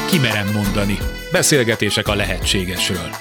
Ki merem mondani. Beszélgetések a lehetségesről.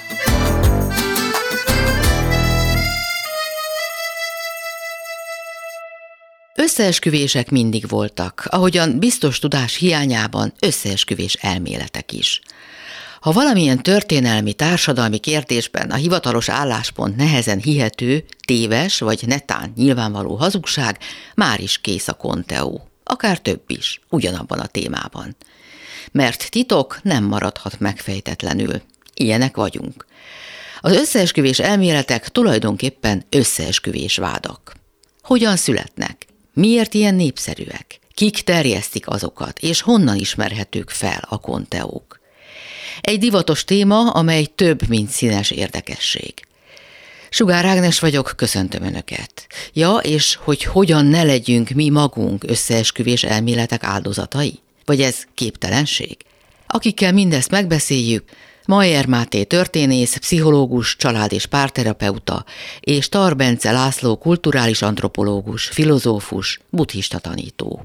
Összeesküvések mindig voltak, ahogyan biztos tudás hiányában összeesküvés elméletek is. Ha valamilyen történelmi, társadalmi kérdésben a hivatalos álláspont nehezen hihető, téves vagy netán nyilvánvaló hazugság, már is kész a konteó. Akár több is, ugyanabban a témában. Mert titok nem maradhat megfejtetlenül. Ilyenek vagyunk. Az összeesküvés elméletek tulajdonképpen összeesküvés vádak. Hogyan születnek? Miért ilyen népszerűek? Kik terjesztik azokat, és honnan ismerhetők fel a konteók? Egy divatos téma, amely több, mint színes érdekesség. Sugár Ágnes vagyok, köszöntöm Önöket. Ja, és hogy hogyan ne legyünk mi magunk összeesküvés elméletek áldozatai? Vagy ez képtelenség? Akikkel mindezt megbeszéljük, Mayer Máté történész, pszichológus, család- és párterapeuta, és Tar Bence László kulturális antropológus, filozófus, buddhista tanító.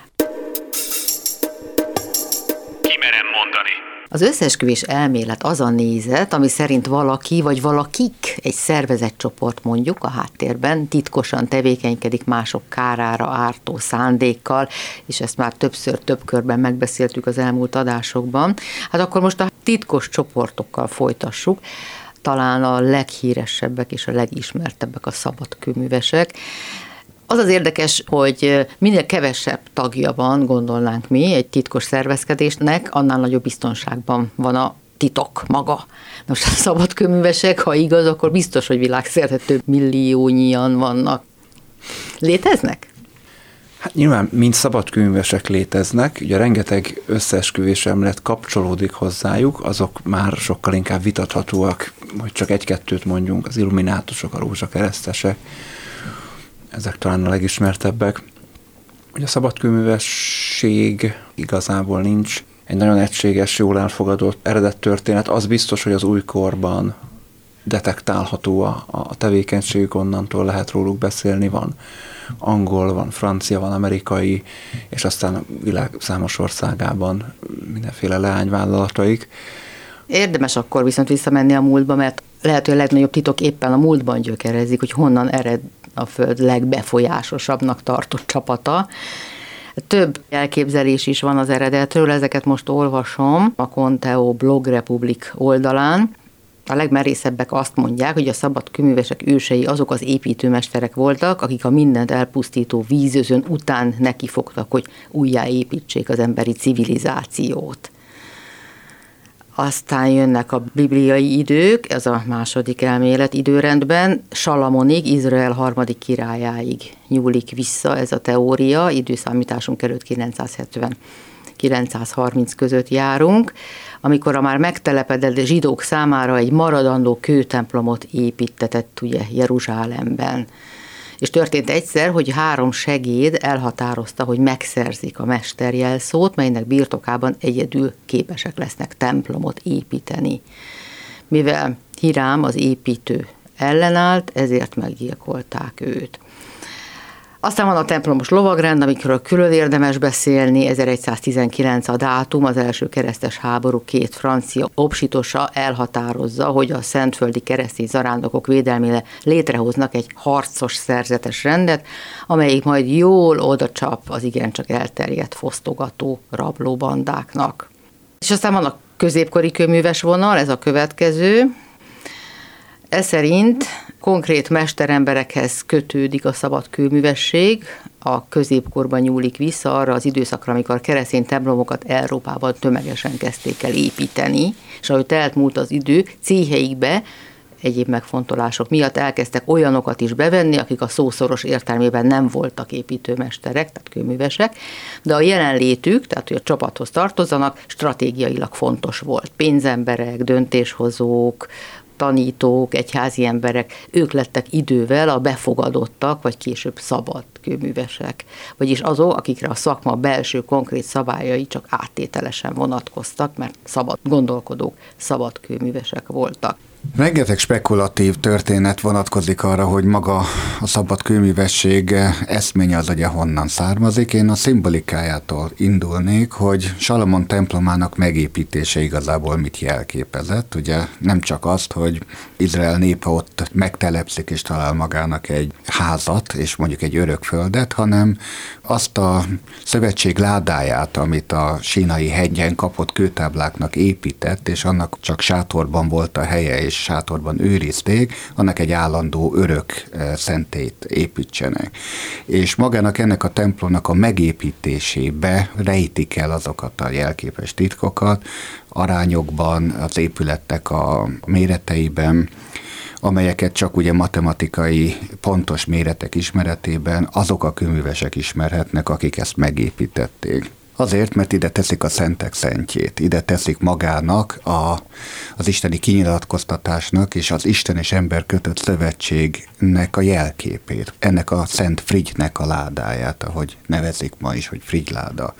Ki merem mondani. Az összeesküvés elmélet az a nézet, ami szerint valaki vagy valakik, egy szervezetcsoport mondjuk a háttérben titkosan tevékenykedik mások kárára ártó szándékkal, és ezt már többször, több körben megbeszéltük az elmúlt adásokban. Hát akkor most a titkos csoportokkal folytassuk. Talán a leghíresebbek és a legismertebbek a szabadkőművesek. Az az érdekes, hogy minél kevesebb tagja van, gondolnánk mi, egy titkos szervezkedésnek, annál nagyobb biztonságban van a titok maga. Most a szabadkőművesek, ha igaz, akkor biztos, hogy világszerte több milliónyian vannak. Léteznek? Hát nyilván mind szabadkőművesek léteznek, ugye rengeteg összeesküvés elmélet kapcsolódik hozzájuk, azok már sokkal inkább vitathatóak, hogy csak egy-kettőt mondjunk, az illuminátusok, a rózsakeresztesek, ezek talán a legismertebbek. Ugye a szabadkőművesség igazából nincs egy nagyon egységes, jól elfogadott eredet történet. Az biztos, hogy az újkorban detektálható a tevékenységük, onnantól lehet róluk beszélni. Van angol, van francia, van amerikai, és aztán a világ számos országában mindenféle leányvállalataik. Érdemes akkor viszont visszamenni a múltba, mert lehet, hogy a legnagyobb titok éppen a múltban gyökerezik, hogy honnan ered a Föld legbefolyásosabbnak tartott csapata. Több elképzelés is van az eredetről, ezeket most olvasom a Conteo Blog Republic oldalán. A legmerészebbek azt mondják, hogy a szabadkőművesek ősei azok az építőmesterek voltak, akik a mindent elpusztító vízözön után nekifogtak, hogy újjáépítsék az emberi civilizációt. Aztán jönnek a bibliai idők, ez a második elmélet időrendben, Salamonig, Izrael harmadik királyáig nyúlik vissza ez a teória, időszámításunk előtt 970-930 között járunk, amikor a már megtelepedett zsidók számára egy maradandó kőtemplomot építtetett ugye Jeruzsálemben. És történt egyszer, hogy 3 segéd elhatározta, hogy megszerzik a mesterjelszót, melynek birtokában egyedül képesek lesznek templomot építeni. Mivel Hirám, az építő ellenállt, ezért meggyilkolták őt. Aztán van a templomos lovagrend, amikről külön érdemes beszélni, 1119 a dátum, az első keresztes háború 2 francia obsitosa elhatározza, hogy a szentföldi keresztény zarándokok védelmére létrehoznak egy harcos szerzetes rendet, amelyik majd jól odacsap az igencsak elterjedt fosztogató rablóbandáknak. És aztán van a középkori kőműves vonal, ez a következő. Ez szerint konkrét mesteremberekhez kötődik a szabadkőművesség, a középkorban nyúlik vissza arra az időszakra, amikor keresztény templomokat Európában tömegesen kezdték el építeni, és ahogy telt múlt az idő, céheikbe egyéb megfontolások miatt elkezdtek olyanokat is bevenni, akik a szószoros értelmében nem voltak építőmesterek, tehát kőművesek, de a jelenlétük, tehát hogy a csapathoz tartozzanak, stratégiailag fontos volt. Pénzemberek, döntéshozók, tanítók, egyházi emberek, ők lettek idővel a befogadottak, vagy később szabad kőművesek. Vagyis azok, akikre a szakma belső konkrét szabályai csak áttételesen vonatkoztak, mert szabad gondolkodók, szabad kőművesek voltak. Rengeteg spekulatív történet vonatkozik arra, hogy maga a szabad kőművesség eszménye az ugye honnan származik. Én a szimbolikájától indulnék, hogy Salamon templomának megépítése igazából mit jelképezett. Ugye nem csak azt, hogy Izrael népe ott megtelepszik és talál magának egy házat és mondjuk egy örökföldet, hanem azt a szövetség ládáját, amit a sínai hegyen kapott kőtábláknak épített, és annak csak sátorban volt a helye, és sátorban őrizték, annak egy állandó örök szentét építsenek. És magának ennek a templomnak a megépítésébe rejtik el azokat a jelképes titkokat, arányokban, az épületek a méreteiben, amelyeket csak ugye matematikai pontos méretek ismeretében azok a kőművesek ismerhetnek, akik ezt megépítették. Azért, mert ide teszik a szentek szentjét, ide teszik magának az isteni kinyilatkoztatásnak és az Isten és ember kötött szövetségnek a jelképét, ennek a Szent Frigynek a ládáját, ahogy nevezik ma is, hogy Frigyláda.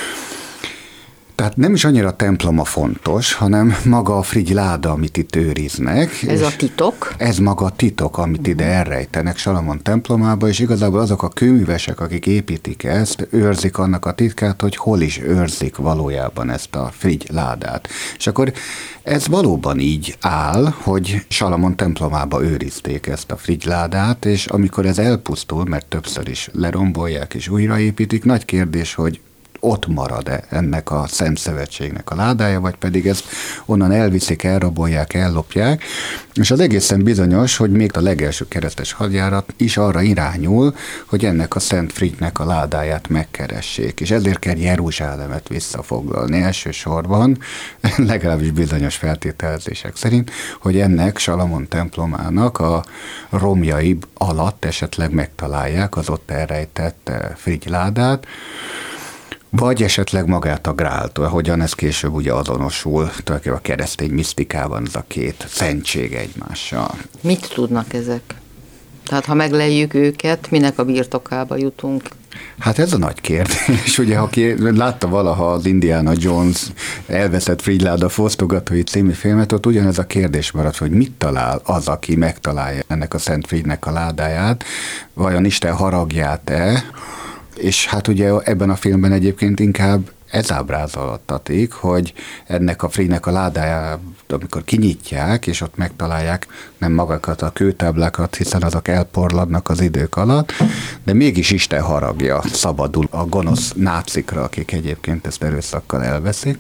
Tehát nem is annyira a temploma fontos, hanem maga a frigyláda, amit itt őriznek. Ez a titok? Ez maga a titok, amit ide elrejtenek Salamon templomába, és igazából azok a kőművesek, akik építik ezt, őrzik annak a titkát, hogy hol is őrzik valójában ezt a frigyládát. És akkor ez valóban így áll, hogy Salamon templomába őrizték ezt a frigyládát, és amikor ez elpusztul, mert többször is lerombolják és újraépítik, nagy kérdés, hogy ott marad-e ennek a Szent Szövetségnek a ládája, vagy pedig ezt onnan elviszik, elrabolják, ellopják, és az egészen bizonyos, hogy még a legelső keresztes hadjárat is arra irányul, hogy ennek a Szent Frigynek a ládáját megkeressék, és ezért kell Jeruzsálemet visszafoglalni elsősorban, legalábbis bizonyos feltételezések szerint, hogy ennek Salamon templomának a romjai alatt esetleg megtalálják az ott elrejtett frigyládát, vagy esetleg magát a grált, ahogyan ez később ugye azonosul, tulajdonképpen a keresztény misztikában ez a két szentség egymással. Mit tudnak ezek? Tehát ha megleljük őket, minek a birtokába jutunk? Hát ez a nagy kérdés. Ugye, aki látta valaha az Indiana Jones elveszett frigyláda fosztogatói című filmet, ott ugyanez a kérdés maradt, hogy mit talál az, aki megtalálja ennek a Szent Frigynek a ládáját, vajon Isten haragját-e? És hát ugye ebben a filmben egyébként inkább ez ábrázoltatik, hogy ennek a Frigynek a ládáját, amikor kinyitják, és ott megtalálják nem magakat a kőtáblákat, hiszen azok elporladnak az idők alatt, de mégis Isten haragja szabadul a gonosz nácikra, akik egyébként ezt erőszakkal elveszik.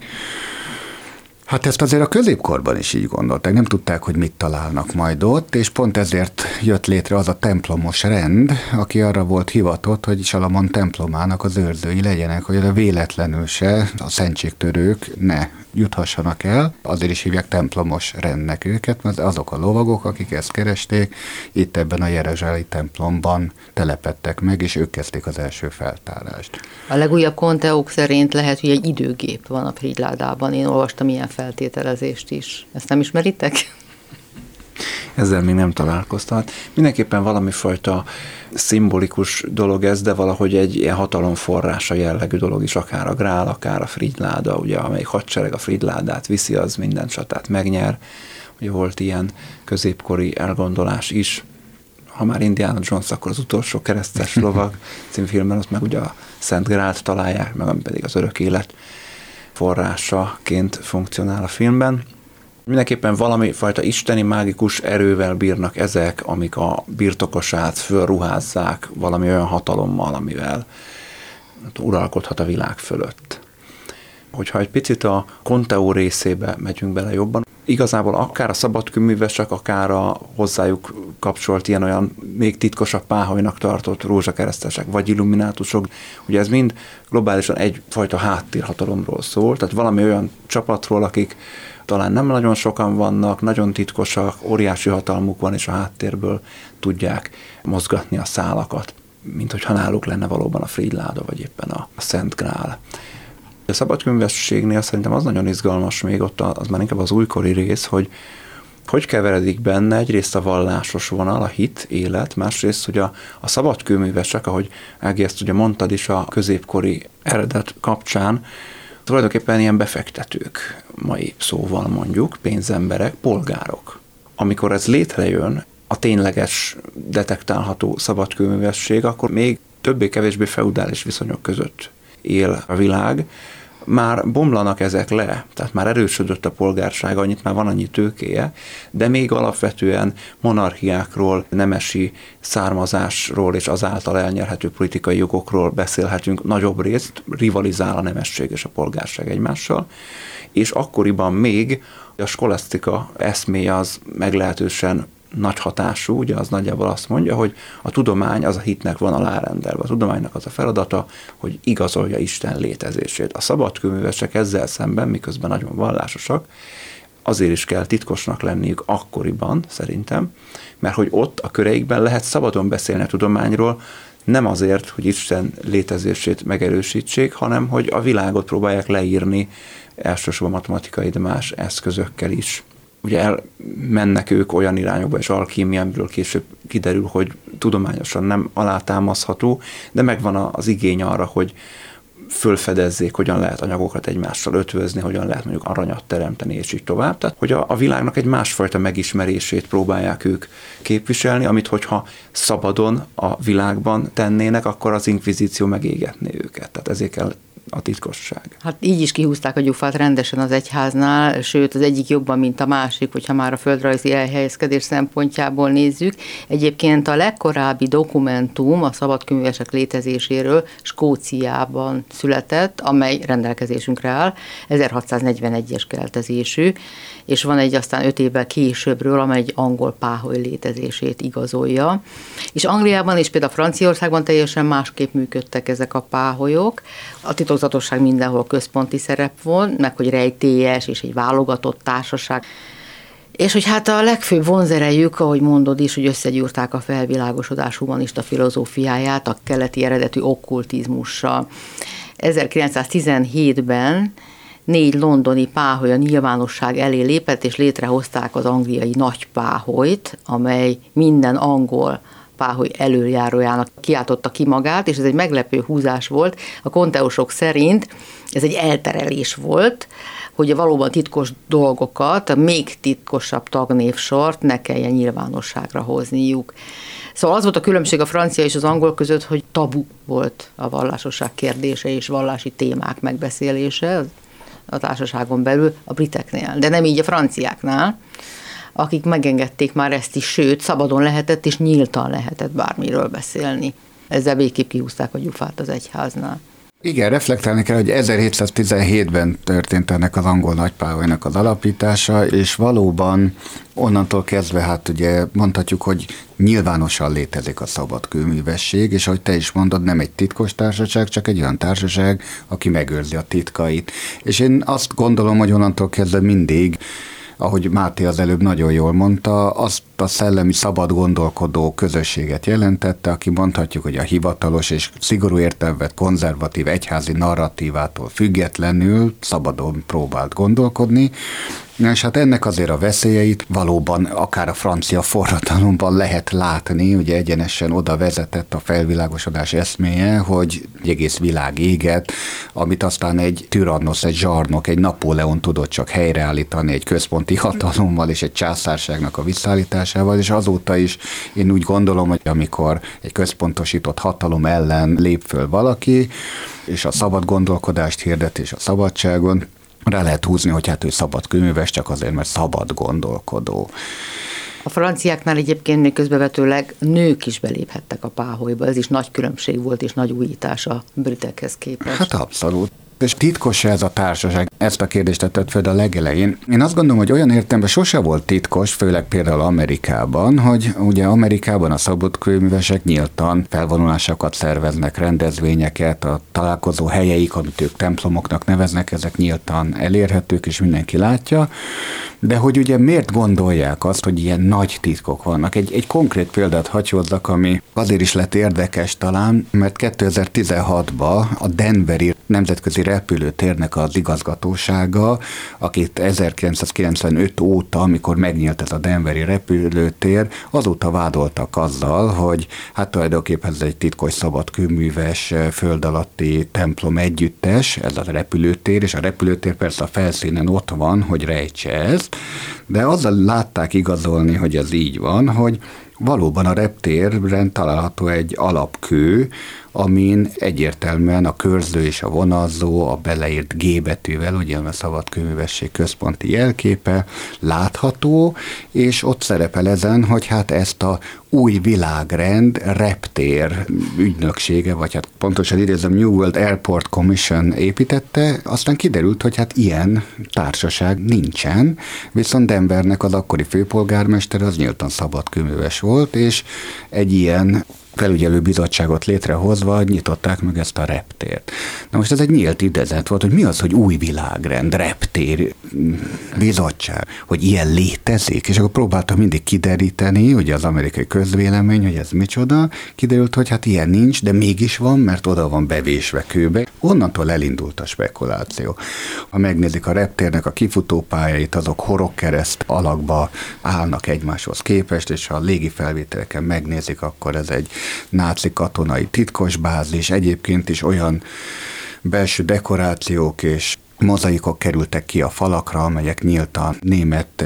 Hát ezt azért a középkorban is így gondolták, nem tudták, hogy mit találnak majd ott, és pont ezért jött létre az a templomos rend, aki arra volt hivatott, hogy Salamon templomának az őrzői legyenek, hogy a véletlenül se a szentségtörők ne juthassanak el, azért is hívják templomos rendnek őket, mert azok a lovagok, akik ezt keresték, itt ebben a jeruzsálemi templomban telepedtek meg, és ők kezdték az első feltárást. A legújabb konteók szerint lehet, hogy egy időgép van a frigyládában. Én olvastam ilyen feltételezést is. Ezt nem ismeritek? Ezzel még nem találkoztam. Mindenképpen valami fajta szimbolikus dolog ez, de valahogy egy ilyen hatalomforrása jellegű dolog is, akár a grál, akár a frigyláda, ugye, amelyik hadsereg a frigyládát viszi, az minden csatát megnyer. Ugye volt ilyen középkori elgondolás is. Ha már Indiana Jones, akkor az utolsó keresztes lovag című filmben ott meg ugye a Szent Grált találják, meg ami pedig az örök élet forrásaként funkcionál a filmben. Mindenképpen valami fajta isteni mágikus erővel bírnak ezek, amik a birtokosát fölruházzák valami olyan hatalommal, amivel uralkodhat a világ fölött. Hogyha egy picit a konteó részébe megyünk bele jobban, igazából akár a szabadkőművesek, akár a hozzájuk kapcsolt ilyen-olyan még titkosabb páholynak tartott rózsakeresztesek, vagy illuminátusok, ugye ez mind globálisan egyfajta háttérhatalomról szól, tehát valami olyan csapatról, akik talán nem nagyon sokan vannak, nagyon titkosak, óriási hatalmuk van, és a háttérből tudják mozgatni a szálakat, mint hogyha náluk lenne valóban a frigyláda, vagy éppen a Szent Grál. A szabadkőművességnél szerintem az nagyon izgalmas még ott, az már inkább az újkori rész, hogy keveredik benne egyrészt a vallásos vonal, a hit, élet, másrészt ugye a szabadkőművesek, ahogy Ági ezt ugye mondtad is a középkori eredet kapcsán, tulajdonképpen ilyen befektetők, mai szóval mondjuk, pénzemberek, polgárok. amikor ez létrejön, a tényleges, detektálható szabadkőművesség, akkor még többé-kevésbé feudális viszonyok között él a világ. Már bomlanak ezek le, tehát már erősödött a polgárság, annyit már van annyi tőkéje, de még alapvetően monarchiákról, nemesi származásról és azáltal elnyerhető politikai jogokról beszélhetünk nagyobb részt, rivalizál a nemesség és a polgárság egymással, és akkoriban még a skolasztika eszméje az meglehetősen nagy hatású, ugye az nagyjából azt mondja, hogy a tudomány az a hitnek van alárendelve. A tudománynak az a feladata, hogy igazolja Isten létezését. A szabadkőművesek ezzel szemben, miközben nagyon vallásosak, azért is kell titkosnak lenniük akkoriban, szerintem, mert hogy ott a köreikben lehet szabadon beszélni a tudományról, nem azért, hogy Isten létezését megerősítsék, hanem hogy a világot próbálják leírni elsősorban matematikai, de más eszközökkel is. Ugye elmennek ők olyan irányokba, és alkímia, amiről később kiderül, hogy tudományosan nem alátámasztható, de megvan az igény arra, hogy fölfedezzék, hogyan lehet anyagokat egymással ötvözni, hogyan lehet mondjuk aranyat teremteni, és így tovább. Tehát, hogy a világnak egy másfajta megismerését próbálják ők képviselni, amit hogyha szabadon a világban tennének, akkor az inkvizíció megégetné őket. Tehát ezért kell a titkosság. Hát így is kihúzták a gyufát rendesen az egyháznál, sőt az egyik jobban, mint a másik, hogyha már a földrajzi elhelyezkedés szempontjából nézzük. Egyébként a legkorábbi dokumentum a szabadkőművesek létezéséről Skóciában született, amely rendelkezésünkre áll, 1641-es keltezésű, és van egy aztán 5 évvel későbbről, amely egy angol páholy létezését igazolja. És Angliában és például Franciaországban teljesen másképp működtek ezek a páholyok. A titokzatosság mindenhol központi szerep volt, meg hogy rejtélyes és egy válogatott társaság. És hogy hát a legfőbb vonzerejük, ahogy mondod is, hogy összegyúrták a felvilágosodás humanista filozófiáját a keleti eredetű okkultizmussal. 1917-ben 4 londoni páholy a nyilvánosság elé lépett, és létrehozták az angliai nagy páholyt, amely minden angol páholy elöljárójának kiáltotta ki magát, és ez egy meglepő húzás volt. A konteusok szerint ez egy elterelés volt, hogy a valóban titkos dolgokat, a még titkosabb tagnévsort ne kelljen nyilvánosságra hozniuk. Szóval az volt a különbség a francia és az angol között, hogy tabu volt a vallásosság kérdése és vallási témák megbeszélése a társaságon belül a briteknél, de nem így a franciáknál, akik megengedték már ezt is, sőt, szabadon lehetett és nyíltan lehetett bármiről beszélni. Ezzel végképp kihúzták a gyufát az egyháznál. Igen, reflektálni kell, hogy 1717-ben történt ennek az angol nagypáholynak az alapítása, és valóban onnantól kezdve, hát ugye mondhatjuk, hogy nyilvánosan létezik a szabadkőművesség, és ahogy te is mondod, nem egy titkos társaság, csak egy olyan társaság, aki megőrzi a titkait. És én azt gondolom, hogy onnantól kezdve mindig, ahogy Máté az előbb nagyon jól mondta, azt a szellemi szabad gondolkodó közösséget jelentette, aki mondhatjuk, hogy a hivatalos és szigorú értelemben konzervatív egyházi narratívától függetlenül szabadon próbált gondolkodni, és hát ennek azért a veszélyeit valóban akár a francia forradalomban lehet látni, ugye egyenesen oda vezetett a felvilágosodás eszméje, hogy egy egész világ éget, amit aztán egy Tyrannos, egy zsarnok, egy Napóleon tudott csak helyreállítani egy központi hatalommal és egy császárságnak a visszaállításával, és azóta is én úgy gondolom, hogy amikor egy központosított hatalom ellen lép föl valaki, és a szabad gondolkodást hirdet és a szabadságon, rá lehet húzni, hogy hát ő szabadkőműves, csak azért, mert szabad gondolkodó. A franciáknál egyébként még közbevetőleg nők is beléphettek a páholyba, ez is nagy különbség volt és nagy újítás a britekhez képest. Hát abszolút. És titkos ez a társaság? Ezt a kérdést tetted fel a legelején. Én azt gondolom, hogy olyan értelemben sose volt titkos, főleg például Amerikában, hogy ugye Amerikában a szabadkőművesek nyíltan felvonulásokat szerveznek, rendezvényeket, a találkozó helyeik, amit ők templomoknak neveznek, ezek nyíltan elérhetők, és mindenki látja. De hogy ugye miért gondolják azt, hogy ilyen nagy titkok vannak? Egy konkrét példát hadd hozzak, ami azért is lett érdekes talán, mert 2016-ban a Denveri Nemzetközi repülőtérnek az igazgatósága, akit 1995 óta, amikor megnyílt ez a denveri repülőtér, azóta vádoltak azzal, hogy hát tulajdonképpen ez egy titkos szabadkőműves föld alatti templom együttes, ez a repülőtér, és a repülőtér persze a felszínen ott van, hogy rejtse ezt, de azzal látták igazolni, hogy ez így van, hogy valóban a reptéren található egy alapkő, amin egyértelműen a körző és a vonalzó, a beleírt G betűvel, ugye a szabadkőművesség központi jelképe látható, és ott szerepel ezen, hogy hát ezt a új világrend reptér ügynöksége, vagy hát pontosan idézem, New World Airport Commission építette, aztán kiderült, hogy hát ilyen társaság nincsen, viszont Denvernek az akkori főpolgármester az nyíltan szabadkőműves volt, és egy ilyen felügyelő bizottságot létrehozva nyitották meg ezt a reptért. Na most ez egy nyílt idezet volt, hogy mi az, hogy új világrend, reptér, bizottság, hogy ilyen létezik, és akkor próbáltam mindig kideríteni, ugye az amerikai közvélemény, hogy ez micsoda, kiderült, hogy hát ilyen nincs, de mégis van, mert oda van bevésve kőbe. Onnantól elindult a spekuláció. Ha megnézik a reptérnek a kifutópályait, azok horogkereszt alakba állnak egymáshoz képest, és ha a légi felvételeken megnézik, akkor ez egy náci katonai titkos bázis, egyébként is olyan belső dekorációk és mozaikok kerültek ki a falakra, amelyek nyíltan német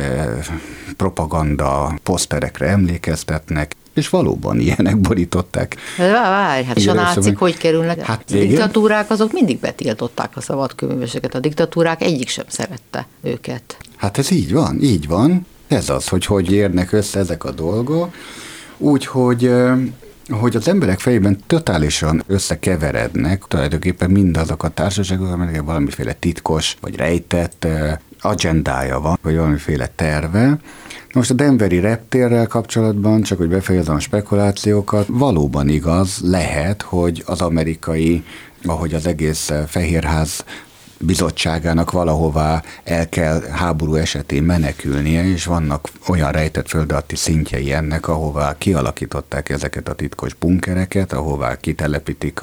propaganda poszterekre emlékeztetnek, és valóban ilyenek borították. Várj, hát és a nácik hogy kerülnek? Hát a diktatúrák azok mindig betiltották a szabadkőműveseket. A diktatúrák egyik sem szerette őket. Hát ez így van, így van. Ez az, hogy érnek össze ezek a dolgok. Úgyhogy hogy az emberek fejében totálisan összekeverednek, tulajdonképpen mindazok a társaságok, amelyek valamiféle titkos vagy rejtett agendája van, vagy valamiféle terve. Most a denveri reptérrel kapcsolatban, csak hogy befejezem a spekulációkat, valóban igaz lehet, hogy az amerikai, ahogy az egész Fehérház bizottságának valahová el kell háború esetén menekülnie, és vannak olyan rejtett föld alatti szintjei ennek, ahová kialakították ezeket a titkos bunkereket, ahová kitelepítik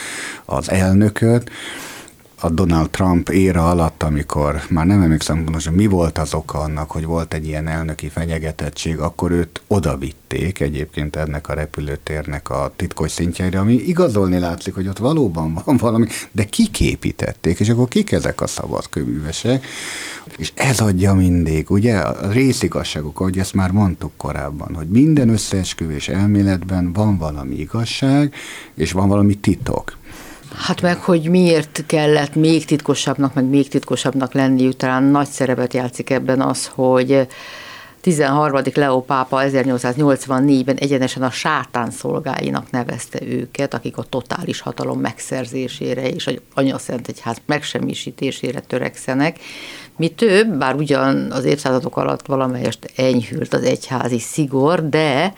az elnököt. A Donald Trump éra alatt, amikor már nem emlékszem pontosan, mi volt az oka annak, hogy volt egy ilyen elnöki fenyegetettség, akkor őt odavitték egyébként ennek a repülőtérnek a titkos szintjeire, ami igazolni látszik, hogy ott valóban van valami, de kiképítették, és akkor kik ezek a szabadkőművesek, és ez adja mindig, ugye, a részigazságok, ahogy ezt már mondtuk korábban, hogy minden összeesküvés elméletben van valami igazság, és van valami titok. Hát meg, hogy miért kellett még titkosabbnak lenniük, talán nagy szerepet játszik ebben az, hogy 13. Leó pápa 1884-ben egyenesen a sátán szolgáinak nevezte őket, akik a totális hatalom megszerzésére és az anyaszentegyház megsemmisítésére törekszenek. Mi több, bár ugyan az évszázadok alatt valamelyest enyhült az egyházi szigor, de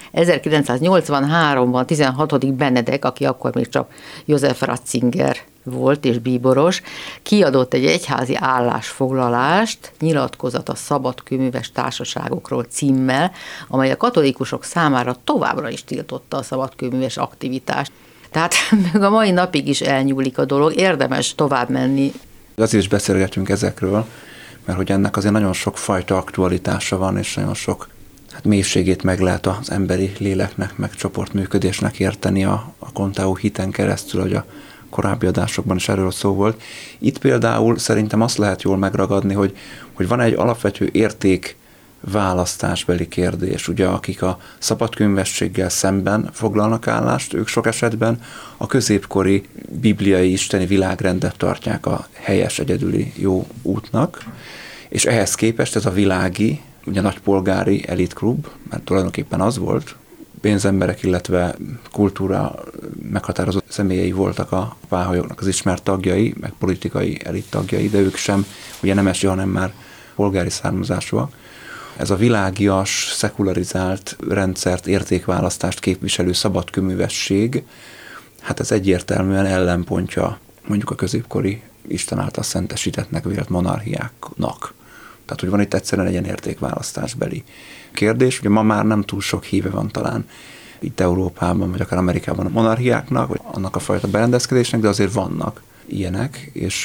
1983-ban 16. Benedek, aki akkor még csak József Ratzinger volt és bíboros, kiadott egy egyházi állásfoglalást, nyilatkozat a szabadkőműves társaságokról címmel, amely a katolikusok számára továbbra is tiltotta a szabadkőműves aktivitást. Tehát még a mai napig is elnyúlik a dolog, érdemes tovább menni. Azért is beszélgetünk ezekről, mert hogy ennek azért nagyon sok fajta aktualitása van, és nagyon sok mélységét meg lehet az emberi léleknek, meg csoportműködésnek érteni a Contáu hiten keresztül, hogy a korábbi adásokban is erről szó volt. Itt például szerintem azt lehet jól megragadni, hogy van egy alapvető érték választásbeli kérdés. Ugye akik a szabadkőművességgel szemben foglalnak állást, ők sok esetben a középkori bibliai isteni világrendet tartják a helyes, egyedüli jó útnak, és ehhez képest ez a világi, ugye nagypolgári elitklub, mert tulajdonképpen az volt, pénzemberek, illetve kultúra meghatározó személyei voltak a páholyoknak az ismert tagjai, meg politikai elit tagjai, de ők sem ugye nemesi, hanem már polgári származásúak. Ez a világias, szekularizált rendszert, értékválasztást képviselő szabadkőművesség, hát ez egyértelműen ellenpontja mondjuk a középkori Isten által szentesítettnek vélt monarchiáknak. Tehát, hogy van itt egyszerűen egy ilyen értékválasztásbeli kérdés. Ugye ma már nem túl sok híve van talán itt Európában, vagy akár Amerikában a monarchiáknak, vagy annak a fajta berendezkedésnek, de azért vannak ilyenek, és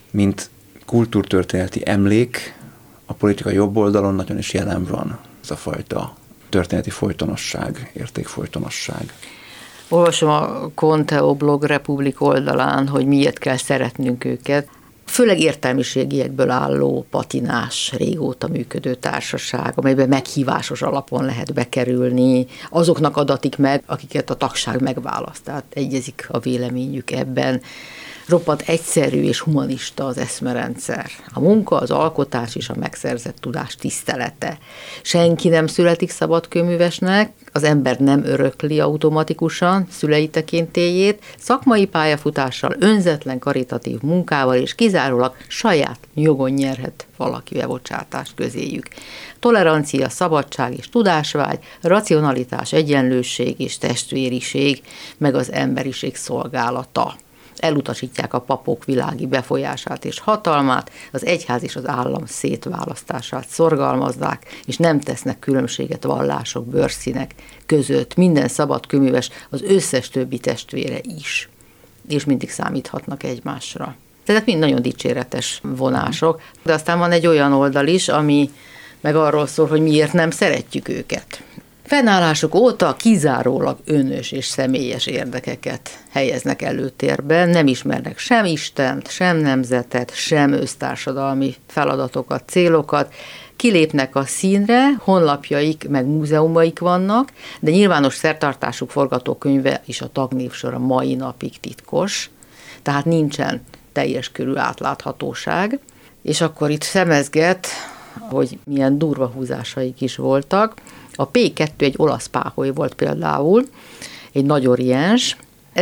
mint kultúrtörténeti emlék a politika jobb oldalon nagyon is jelen van ez a fajta történeti folytonosság, értékfolytonosság. Olvasom a Conteo blog Republik oldalán, hogy miért kell szeretnünk őket. Főleg értelmiségiekből álló patinás, régóta működő társaság, amelyben meghívásos alapon lehet bekerülni, azoknak adatik meg, akiket a tagság megválaszt, tehát egyezik a véleményük ebben. Roppant egyszerű és humanista az eszmerendszer. A munka, az alkotás és a megszerzett tudás tisztelete. Senki nem születik szabadkőművesnek, az ember nem örökli automatikusan szülei tekintélyét, szakmai pályafutással, önzetlen karitatív munkával és kizárólag saját jogon nyerhet valaki bebocsátást közéjük. Tolerancia, szabadság és tudásvágy, racionalitás, egyenlőség és testvériség, meg az emberiség szolgálata. Elutasítják a papok világi befolyását és hatalmát, az egyház és az állam szétválasztását szorgalmazzák, és nem tesznek különbséget vallások, bőrszínek között. Minden szabadkőműves, az összes többi testvére is, és mindig számíthatnak egymásra. Tehát mind nagyon dicséretes vonások, de aztán van egy olyan oldal is, ami meg arról szól, hogy miért nem szeretjük őket. Fennállásuk óta kizárólag önös és személyes érdekeket helyeznek előtérbe, nem ismernek sem Istent, sem nemzetet, sem össztársadalmi feladatokat, célokat, kilépnek a színre, honlapjaik meg múzeumaik vannak, de nyilvános szertartásuk, forgatókönyve és a tagnévsor a mai napig titkos, tehát nincsen teljes körű átláthatóság, és akkor itt szemezget, hogy milyen durva húzásaik is voltak. A P2 egy olasz páholy volt például, egy nagy oriens,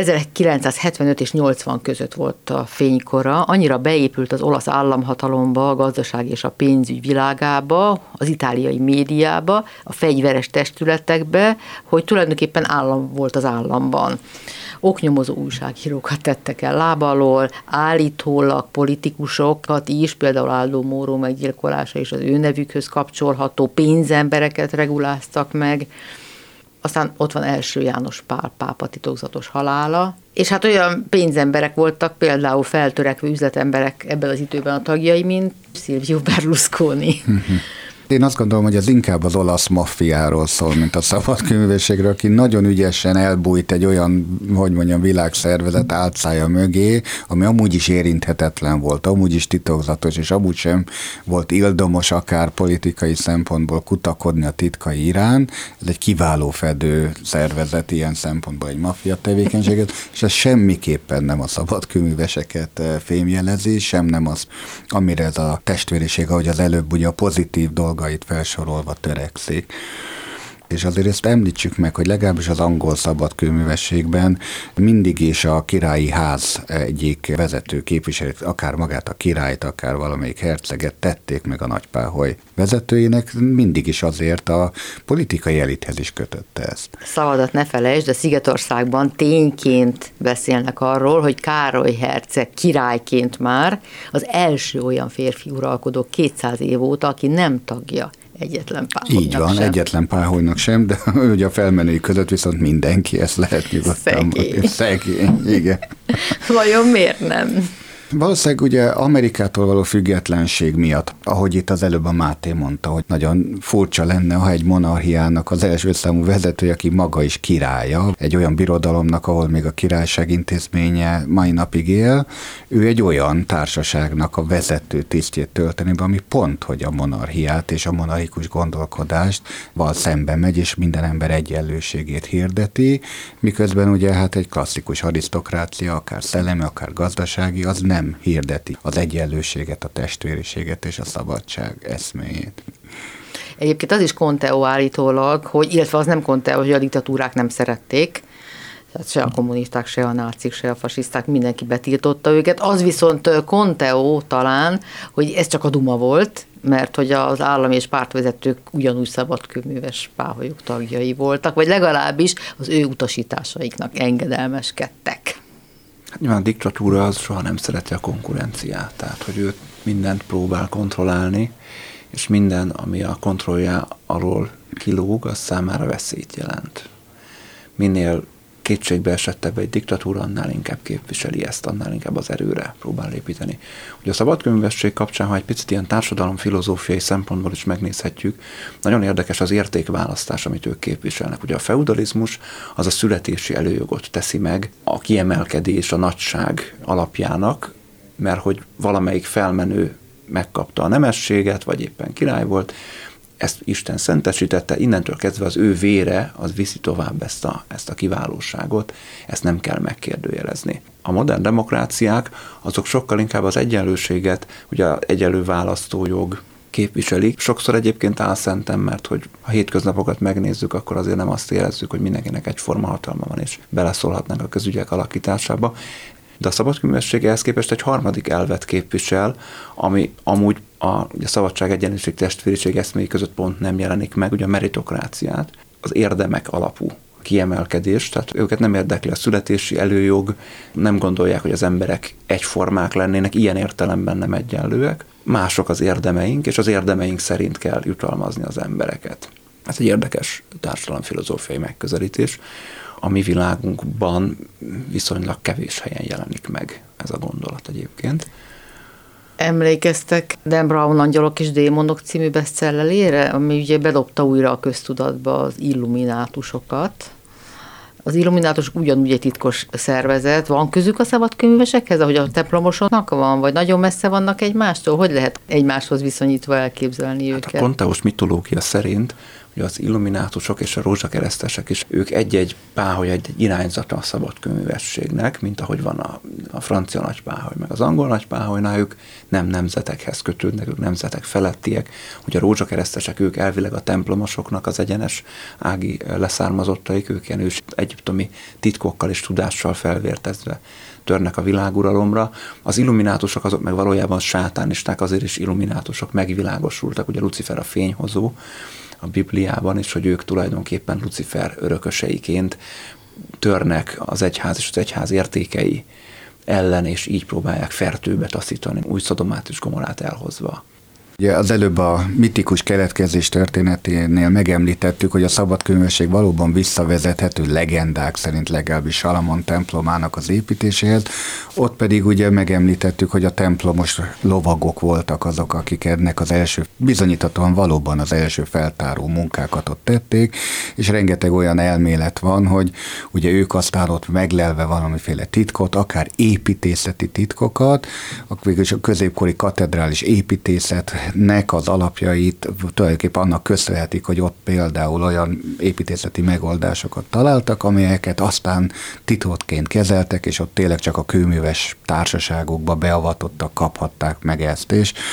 1975 és 80 között volt a fénykora, annyira beépült az olasz államhatalomba, a gazdaság és a pénzügy világába, az itáliai médiába, a fegyveres testületekbe, hogy tulajdonképpen állam volt az államban. Oknyomozó újságírókat tettek el lába alól, állítólag politikusokat is, például Aldo Moro meggyilkolása és az ő nevükhöz kapcsolható pénzembereket reguláztak meg. Aztán ott van első János Pál pápa titokzatos halála, és hát olyan pénzemberek voltak, például feltörekvő üzletemberek ebben az időben a tagjai, mint Silvio Berlusconi. Én azt gondolom, hogy ez inkább az olasz maffiáról szól, mint a szabadkőművességről, aki nagyon ügyesen elbújt egy olyan, hogy mondjam, világszervezet álcája mögé, ami amúgy is érinthetetlen volt, amúgy is titokzatos, és amúgy sem volt ildomos akár politikai szempontból kutakodni a titkai irán. Ez egy kiváló fedő szervezet ilyen szempontból, egy maffia tevékenységet, és ez semmiképpen nem a szabadkőműveseket fémjelezi, sem nem az, amire ez a testvériség, ahogy az előbb ugye a pozitív dolgait felsorolva törekszik. És azért ezt említsük meg, hogy legalábbis az angol szabadkőművességben mindig is a királyi ház egyik vezető képviselőt, akár magát a királyt, akár valamelyik herceget tették meg a nagypáholy vezetőjének, mindig is azért a politikai elithez is kötötte ezt. Szavadat ne felejtsd, de Szigetországban tényként beszélnek arról, hogy Károly herceg királyként már az első olyan férfi uralkodó 200 év óta, aki nem tagja egyetlen páholynak. Így van, sem. Egyetlen páholynak sem, de ugye a felmenői között viszont mindenki, ezt lehet nyugodtan. Szegény, igen. Vajon miért nem? Valószínűleg ugye Amerikától való függetlenség miatt, ahogy itt az előbb a Máté mondta, hogy nagyon furcsa lenne, ha egy monarchiának az első számú vezetője, aki maga is királya, egy olyan birodalomnak, ahol még a királyság intézménye mai napig él, ő egy olyan társaságnak a vezető tisztjét tölteni be, ami pont, hogy a monarchiát és a monarchikus gondolkodást val szembe megy, és minden ember egyenlőségét hirdeti, miközben ugye hát egy klasszikus arisztokrácia, akár szellemi, akár gazdasági, az nem hirdeti az egyenlőséget, a testvériséget és a szabadság eszméjét. Egyébként az is Conteo állítólag, hogy, illetve az nem Conteo, hogy a diktatúrák nem szerették, tehát se a kommunisták, se a nácik, se a fasiszták, mindenki betiltotta őket. Az viszont Conteo talán, hogy ez csak a duma volt, mert hogy az állam és pártvezetők ugyanúgy szabadkőműves páholyok tagjai voltak, vagy legalábbis az ő utasításaiknak engedelmeskedtek. Nyilván a diktatúra az soha nem szereti a konkurenciát, tehát hogy ő mindent próbál kontrollálni, és minden, ami a kontrollja alól kilóg, az számára veszélyt jelent. Minél kétségbe esettebb egy diktatúra, annál inkább képviseli ezt, annál inkább az erőre próbál építeni. Ugye a szabadkőművesség kapcsán, ha egy picit ilyen társadalomfilozófiai szempontból is megnézhetjük, nagyon érdekes az értékválasztás, amit ők képviselnek. Ugye a feudalizmus az a születési előjogot teszi meg a kiemelkedés, a nagyság alapjának, mert hogy valamelyik felmenő megkapta a nemességet, vagy éppen király volt, ezt Isten szentesítette, innentől kezdve az ő vére az viszi tovább ezt a kiválóságot, ezt nem kell megkérdőjelezni. A modern demokráciák azok sokkal inkább az egyenlőséget, ugye az egyenlő választójog képviselik. Sokszor egyébként álszenten, mert hogy a hétköznapokat megnézzük, akkor azért nem azt érezzük, hogy mindenkinek egyforma hatalma van, és beleszólhatnak a közügyek alakításába. De a szabadkőművesség ehhez képest egy harmadik elvet képvisel, ami amúgy a szabadság, egyenlőség, testvériség eszméi között pont nem jelenik meg, ugye a meritokráciát, az érdemek alapú kiemelkedés, tehát őket nem érdekli a születési előjog, nem gondolják, hogy az emberek egyformák lennének, ilyen értelemben nem egyenlőek. Mások az érdemeink, és az érdemeink szerint kell jutalmazni az embereket. Ez egy érdekes társadalomfilozófiai megközelítés. A mi világunkban viszonylag kevés helyen jelenik meg ez a gondolat egyébként. Emlékeztek Dan Brown Angyalok és Démonok című bestsellerére, ami ugye bedobta újra a köztudatba az illuminátusokat. Az illuminátusok ugyanúgy egy titkos szervezet. Van közük a szabadkőművesekhez, ahogy a templomosoknak van, vagy nagyon messze vannak egymástól? Hogy lehet egymáshoz viszonyítva elképzelni őket? A konteós mitológia szerint hogy az illuminátusok és a rózsakeresztesek is, ők egy-egy páholy, egy irányzata a szabadkőművességnek, mint ahogy van a francia nagypáholy, meg az angol nagypáholynál, ők nem nemzetekhez kötődnek, ők nemzetek felettiek. Ugye a rózsakeresztesek, ők elvileg a templomosoknak az egyenes ági leszármazottaik, ők ilyen ős egyiptomi titkokkal és tudással felvértezve törnek a világuralomra. Az illuminátusok azok meg valójában sátánisták, azért is illuminátusok megvilágosultak, ugye Lucifer a fényhozó a Bibliában is, hogy ők tulajdonképpen Lucifer örököseiként törnek az egyház és az egyház értékei ellen, és így próbálják fertőbe taszítani, új Szodomát és Gomorrát elhozva. Ugye az előbb a mitikus keletkezés történeténél megemlítettük, hogy a szabadkőművesség valóban visszavezethető legendák szerint legalábbis Salamon templomának az építéséhez. Ott pedig ugye megemlítettük, hogy a templomos lovagok voltak azok, akik ennek az első, bizonyíthatóan valóban az első feltáró munkákat ott tették, és rengeteg olyan elmélet van, hogy ugye ők aztán ott meglelve valamiféle titkot, akár építészeti titkokat, végülis a középkori katedrális építészetnek az alapjait tulajdonképpen annak köszönhetik, hogy ott például olyan építészeti megoldásokat találtak, amelyeket aztán titokként kezeltek, és ott tényleg csak a kőműves társaságokba beavatottak, kaphatták meg ezt,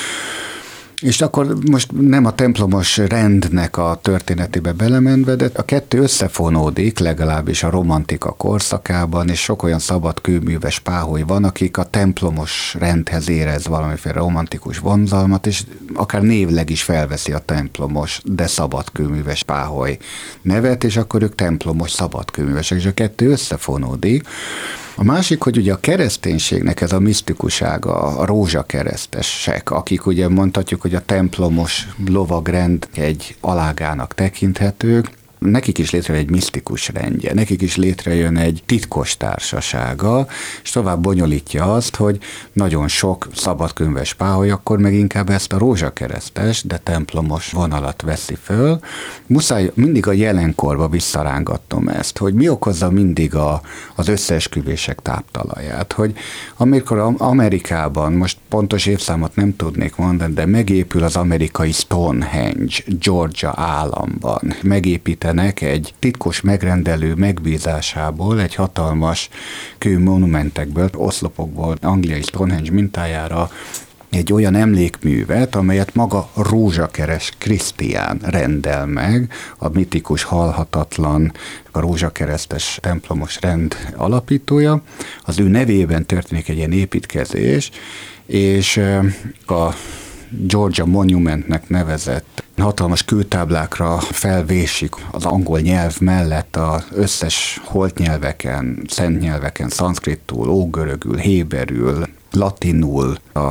és akkor most nem a templomos rendnek a történetébe belemenve, de a kettő összefonódik, legalábbis a romantika korszakában, és sok olyan szabad kőműves páholy van, akik a templomos rendhez érez valamiféle romantikus vonzalmat, és akár névleg is felveszi a templomos, de szabad kőműves páholy nevet, és akkor ők templomos szabad kőművesek, és a kettő összefonódik. A másik, hogy ugye a kereszténységnek ez a misztikusága, a rózsakeresztesek, akik ugye mondhatjuk, hogy a templomos lovagrend egy alágának tekinthetők, nekik is létrejön egy misztikus rendje, nekik is létrejön egy titkos társasága, és tovább bonyolítja azt, hogy nagyon sok szabadkőműves páholy akkor meg inkább ezt a rózsakeresztes, de templomos vonalat veszi föl. Muszáj mindig a jelenkorba visszarángatnom ezt, hogy mi okozza mindig az összeesküvések táptalaját, hogy amikor Amerikában, most pontos évszámot nem tudnék mondani, de megépül az amerikai Stonehenge, Georgia államban, megépítenek egy titkos megrendelő megbízásából, egy hatalmas kőmonumentekből, oszlopokból, angliai Stonehenge mintájára egy olyan emlékművet, amelyet maga Rózsakeres Krisztián rendel meg, a mitikus, halhatatlan, a rózsakeresztes templomos rend alapítója. Az ő nevében történik egy ilyen építkezés, és a Georgia Monumentnek nevezett hatalmas kőtáblákra felvésik az angol nyelv mellett az összes holt nyelveken, szent nyelveken, szanszkritul, ógörögül, héberül, latinul a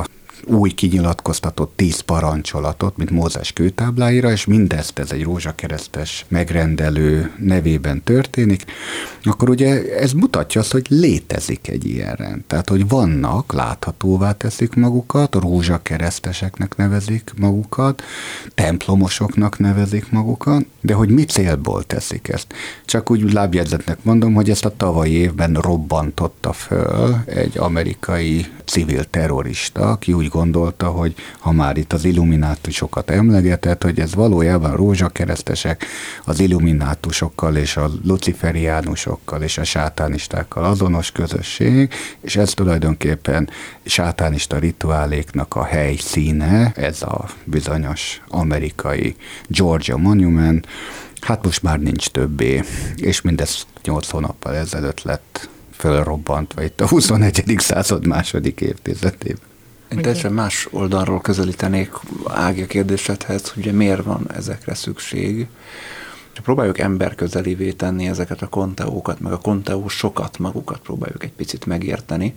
új kinyilatkoztatott 10 parancsolatot, mint Mózes kőtábláira, és mindezt ez egy rózsakeresztes megrendelő nevében történik, akkor ugye ez mutatja azt, hogy létezik egy ilyen rend. Tehát, hogy vannak, láthatóvá teszik magukat, rózsakereszteseknek nevezik magukat, templomosoknak nevezik magukat, de hogy mi célból teszik ezt? Csak úgy lábjegyzetnek mondom, hogy ezt a tavalyi évben robbantotta föl egy amerikai civil terrorista, aki úgy gondolta, hogy ha már itt az illuminátusokat emlegetett, hogy ez valójában rózsakeresztesek az illuminátusokkal és a luciferiánusokkal és a sátánistákkal azonos közösség, és ez tulajdonképpen sátánista rituáléknak a helyszíne, ez a bizonyos amerikai Georgia Monument, hát most már nincs többé, és mindez 8 hónappal ezelőtt lett fölrobbantva itt a 21. század második évtizedében. Én teljesen más oldalról közelítenék Ági a kérdésedhez, hogy ugye miért van ezekre szükség. Ha próbáljuk emberközelivé tenni ezeket a konteókat, meg a konteósokat magukat próbáljuk egy picit megérteni,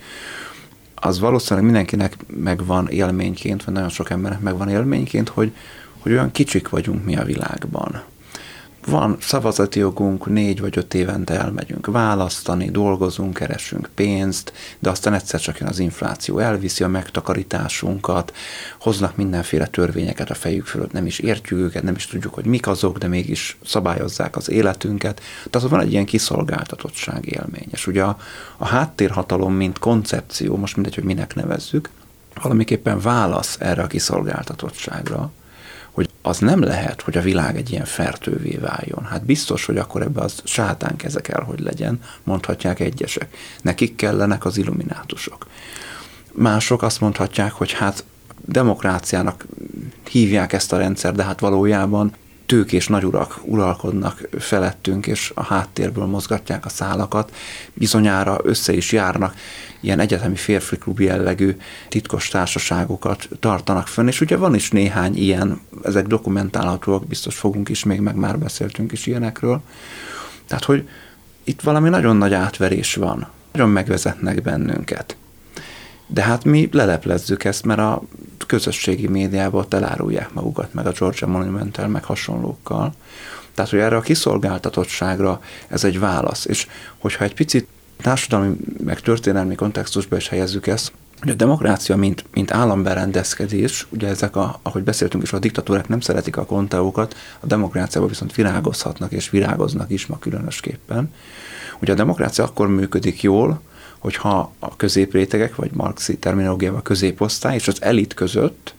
az valószínűleg mindenkinek megvan élményként, vagy nagyon sok embernek megvan élményként, hogy olyan kicsik vagyunk mi a világban. Van szavazati jogunk, 4 vagy 5 évente elmegyünk választani, dolgozunk, keresünk pénzt, de aztán egyszer csak jön az infláció, elviszi a megtakarításunkat, hoznak mindenféle törvényeket a fejük fölött, nem is értjük őket, nem is tudjuk, hogy mik azok, de mégis szabályozzák az életünket. Tehát van egy ilyen kiszolgáltatottság élmény. És ugye a háttérhatalom, mint koncepció, most mindegy, hogy minek nevezzük, valamiképpen válasz erre a kiszolgáltatottságra, hogy az nem lehet, hogy a világ egy ilyen fertővé váljon. Hát biztos, hogy akkor ebbe az sátán keze kell, hogy legyen, mondhatják egyesek. Nekik kellenek az illuminátusok. Mások azt mondhatják, hogy hát demokráciának hívják ezt a rendszert, de hát valójában tőkés nagyurak uralkodnak felettünk, és a háttérből mozgatják a szálakat. Bizonyára össze is járnak, ilyen egyetemi férfiklub jellegű titkos társaságokat tartanak fönn, és ugye van is néhány ilyen, ezek dokumentálhatóak, biztos fogunk is még, meg már beszéltünk is ilyenekről. Tehát, hogy itt valami nagyon nagy átverés van, nagyon megvezetnek bennünket. De hát mi leleplezzük ezt, mert a közösségi médiában elárulják magukat, meg a Georgia Monument-tel, meg hasonlókkal. Tehát, hogy erre a kiszolgáltatottságra ez egy válasz. És hogyha egy picit társadalmi, meg történelmi kontextusba is helyezzük ezt, hogy a demokrácia, mint államberendezkedés, ugye ezek, ahogy beszéltünk is, a diktatúrák nem szeretik a konteókat, a demokráciában viszont virágozhatnak, és virágoznak is ma különösképpen. Ugye a demokrácia akkor működik jól, hogyha a középrétegek, vagy marxi terminológiával a középosztály és az elit között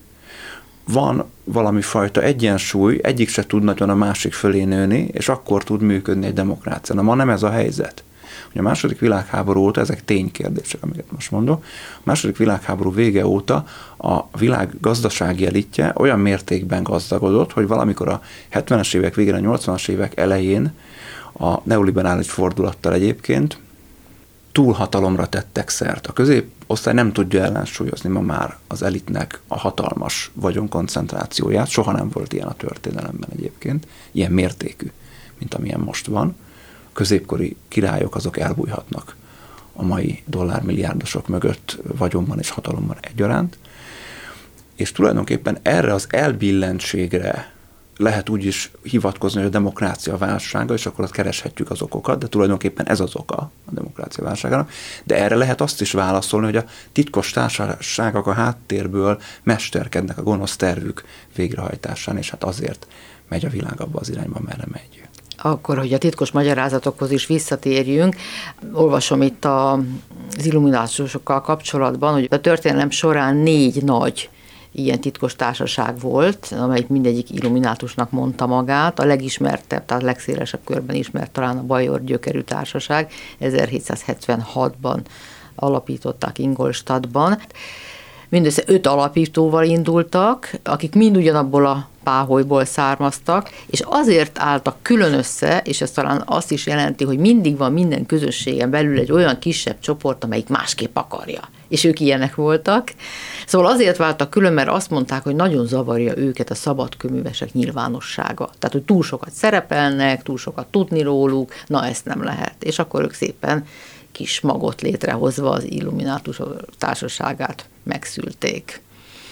van valami fajta egyensúly, egyik se tud nagyon a másik fölé nőni, és akkor tud működni egy demokrácia. Na ma nem ez a helyzet. Ugye a második világháború óta, ezek ténykérdések, amiket most mondok, a második világháború vége óta a világ gazdasági elitje olyan mértékben gazdagodott, hogy valamikor a 70-es évek végén, a 80-as évek elején a neoliberális fordulattal egyébként túlhatalomra tettek szert. A középosztály nem tudja ellensúlyozni ma már az elitnek a hatalmas vagyonkoncentrációját, soha nem volt ilyen a történelemben egyébként, ilyen mértékű, mint amilyen most van. A középkori királyok azok elbújhatnak a mai dollármilliárdosok mögött vagyonban és hatalomban egyaránt, és tulajdonképpen erre az elbillentségre lehet úgy is hivatkozni, hogy a demokrácia válsága, és akkor ott kereshetjük az okokat, de tulajdonképpen ez az oka a demokrácia válságának. De erre lehet azt is válaszolni, hogy a titkos társaságok a háttérből mesterkednek a gonosz tervük végrehajtásán, és hát azért megy a világ abba az irányba, merre megy. Akkor, hogy a titkos magyarázatokhoz is visszatérjünk, olvasom itt az illuminátusokkal kapcsolatban, hogy a történelem során 4 nagy ilyen titkos társaság volt, amelyik mindegyik illuminátusnak mondta magát. A legismertebb, tehát legszélesebb körben ismert talán a Bajor gyökerű társaság, 1776-ban alapították Ingolstadtban. Mindössze 5 alapítóval indultak, akik mind ugyanabból a páholyból származtak, és azért álltak külön össze, és ez talán azt is jelenti, hogy mindig van minden közösségen belül egy olyan kisebb csoport, amelyik másképp akarja. És ők ilyenek voltak. Szóval azért váltak külön, mert azt mondták, hogy nagyon zavarja őket a szabadkőművesek nyilvánossága. Tehát, hogy túl sokat szerepelnek, túl sokat tudni róluk, na ezt nem lehet. És akkor ők szépen kis magot létrehozva az illuminátusok társaságát megszülték.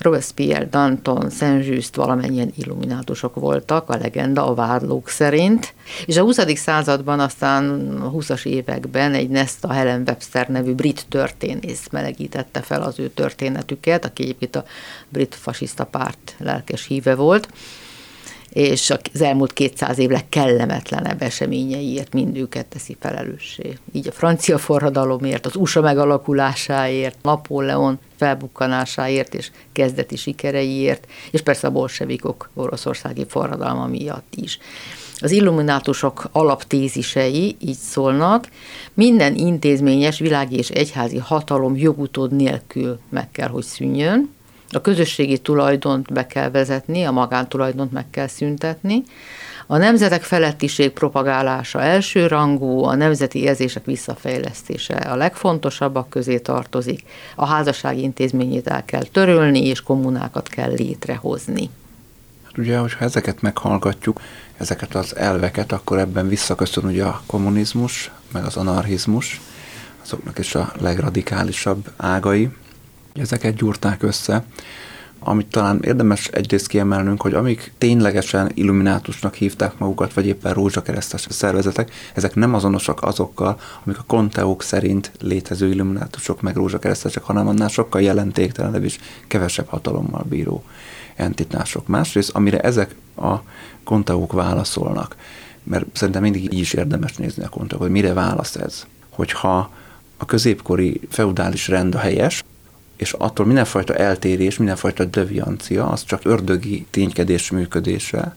Robespierre, Danton, Saint-Just valamennyien illuminátusok voltak, a legenda a vádlók szerint, és a 20. században aztán a 20-as években egy Nesta Helen Webster nevű brit történész melegítette fel az ő történetüket, aki egyébként a brit fasiszta párt lelkes híve volt, és az elmúlt 200 év legkellemetlenebb eseményeiért mind őket teszi felelőssé. Így a francia forradalomért, az USA megalakulásáért, Napóleon felbukkanásáért és kezdeti sikereiért, és persze a bolsevikok oroszországi forradalma miatt is. Az illuminátusok alaptézisei így szólnak: minden intézményes világi és egyházi hatalom jogutód nélkül meg kell, hogy szűnjön, a közösségi tulajdont be kell vezetni, a magántulajdont meg kell szüntetni, a nemzetek felettiség propagálása elsőrangú, a nemzeti érzések visszafejlesztése a legfontosabbak közé tartozik, a házasság intézményét el kell törölni, és kommunákat kell létrehozni. Hát ugye, hogyha ezeket meghallgatjuk, ezeket az elveket, akkor ebben visszaköszön ugye a kommunizmus, meg az anarchizmus, azoknak is a legradikálisabb ágai. Ezeket gyúrták össze, amit talán érdemes egyrészt kiemelnünk, hogy amik ténylegesen illuminátusnak hívták magukat, vagy éppen rózsakeresztes szervezetek, ezek nem azonosak azokkal, amik a konteók szerint létező illuminátusok meg rózsakeresztesek, hanem annál sokkal jelentéktelenebb és kevesebb hatalommal bíró entitások. Másrészt, amire ezek a konteók válaszolnak, mert szerintem mindig így is érdemes nézni a konteót, hogy mire válasz ez. Hogyha a középkori feudális rend a helyes, és attól mindenfajta eltérés, mindenfajta deviancia, az csak ördögi ténykedés működése,